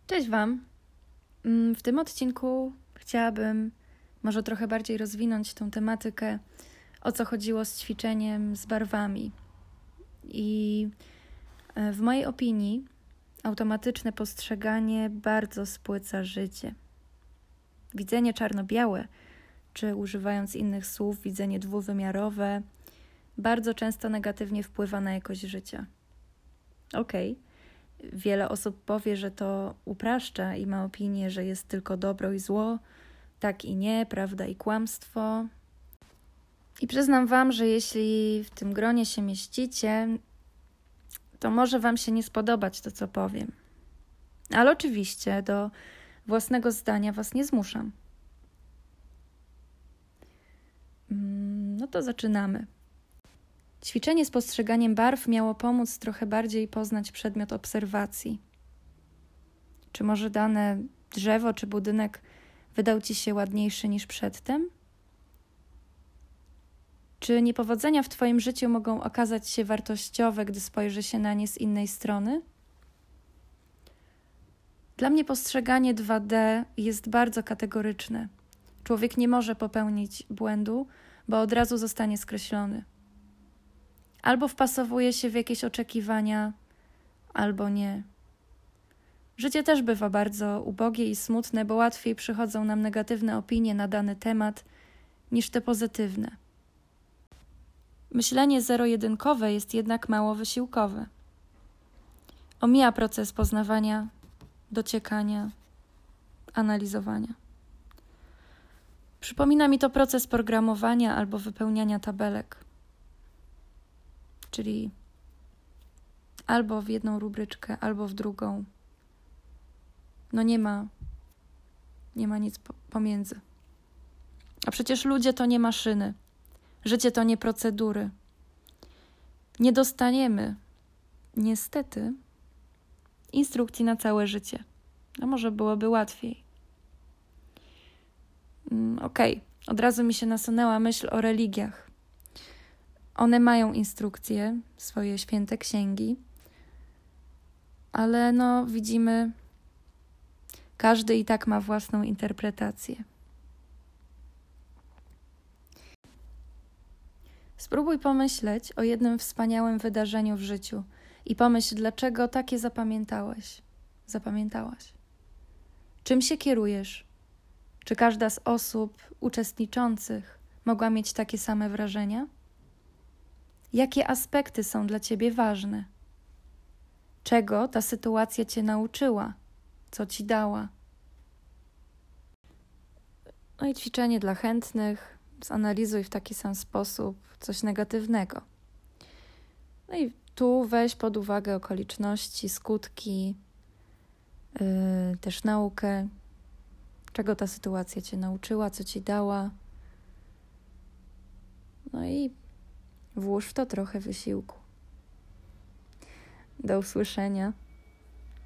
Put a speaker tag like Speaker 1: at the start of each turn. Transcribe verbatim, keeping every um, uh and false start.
Speaker 1: Cześć Wam. Mm, W tym odcinku chciałabym może trochę bardziej rozwinąć tą tematykę, o co chodziło z ćwiczeniem z barwami. I e, w mojej opinii automatyczne postrzeganie bardzo spłyca życie. Widzenie czarno-białe, czy używając innych słów, widzenie dwuwymiarowe, bardzo często negatywnie wpływa na jakość życia. Okej. Okay. Wiele osób powie, że to upraszcza i ma opinię, że jest tylko dobro i zło, tak i nie, prawda i kłamstwo. I przyznam Wam, że jeśli w tym gronie się mieścicie, to może Wam się nie spodobać to, co powiem. Ale oczywiście do własnego zdania Was nie zmuszam. No to zaczynamy. Ćwiczenie z postrzeganiem barw miało pomóc trochę bardziej poznać przedmiot obserwacji. Czy może dane drzewo czy budynek wydał Ci się ładniejszy niż przedtem? Czy niepowodzenia w Twoim życiu mogą okazać się wartościowe, gdy spojrzy się na nie z innej strony? Dla mnie postrzeganie dwa D jest bardzo kategoryczne. Człowiek nie może popełnić błędu, bo od razu zostanie skreślony. Albo wpasowuje się w jakieś oczekiwania, albo nie. Życie też bywa bardzo ubogie i smutne, bo łatwiej przychodzą nam negatywne opinie na dany temat niż te pozytywne. Myślenie zero-jedynkowe jest jednak mało wysiłkowe. Omija proces poznawania, dociekania, analizowania. Przypomina mi to proces programowania albo wypełniania tabelek. Czyli albo w jedną rubryczkę, albo w drugą. No nie ma, nie ma nic pomiędzy. A przecież ludzie to nie maszyny. Życie to nie procedury. Nie dostaniemy, niestety, instrukcji na całe życie. A może byłoby łatwiej. Mm, Okej, okay. Od razu mi się nasunęła myśl o religiach. One mają instrukcje, swoje święte księgi, ale no widzimy, każdy i tak ma własną interpretację. Spróbuj pomyśleć o jednym wspaniałym wydarzeniu w życiu i pomyśl, dlaczego takie zapamiętałeś, zapamiętałaś. Czym się kierujesz? Czy każda z osób uczestniczących mogła mieć takie same wrażenia? Jakie aspekty są dla Ciebie ważne? Czego ta sytuacja Cię nauczyła? Co Ci dała? No i ćwiczenie dla chętnych. Zanalizuj w taki sam sposób coś negatywnego. No i tu weź pod uwagę okoliczności, skutki, yy, też naukę. Czego ta sytuacja Cię nauczyła, co Ci dała. No i włóż w to trochę wysiłku. Do usłyszenia.